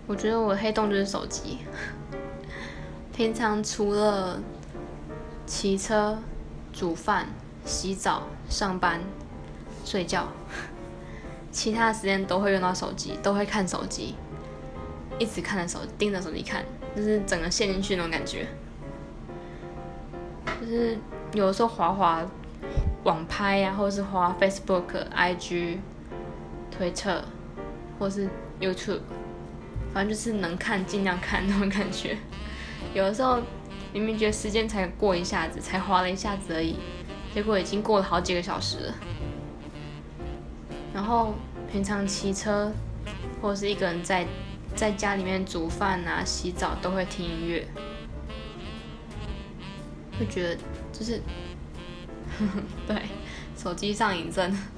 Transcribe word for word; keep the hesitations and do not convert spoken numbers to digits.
我觉得我的黑洞就是手机。平常除了骑车、煮饭、洗澡、上班、睡觉，其他的时间都会用到手机，都会看手机，一直看着手机，盯着手机看，就是整个陷进去那种感觉。就是有的时候滑滑网拍啊，或是滑 Facebook、I G、推特，或是 YouTube， 反正就是能看尽量看那种感觉。有的时候明明觉得时间才过一下子，才滑了一下子而已，结果已经过了好几个小时了。然后平常骑车或者是一个人在在家里面煮饭啊、洗澡都会听音乐，会觉得就是对手机上瘾症。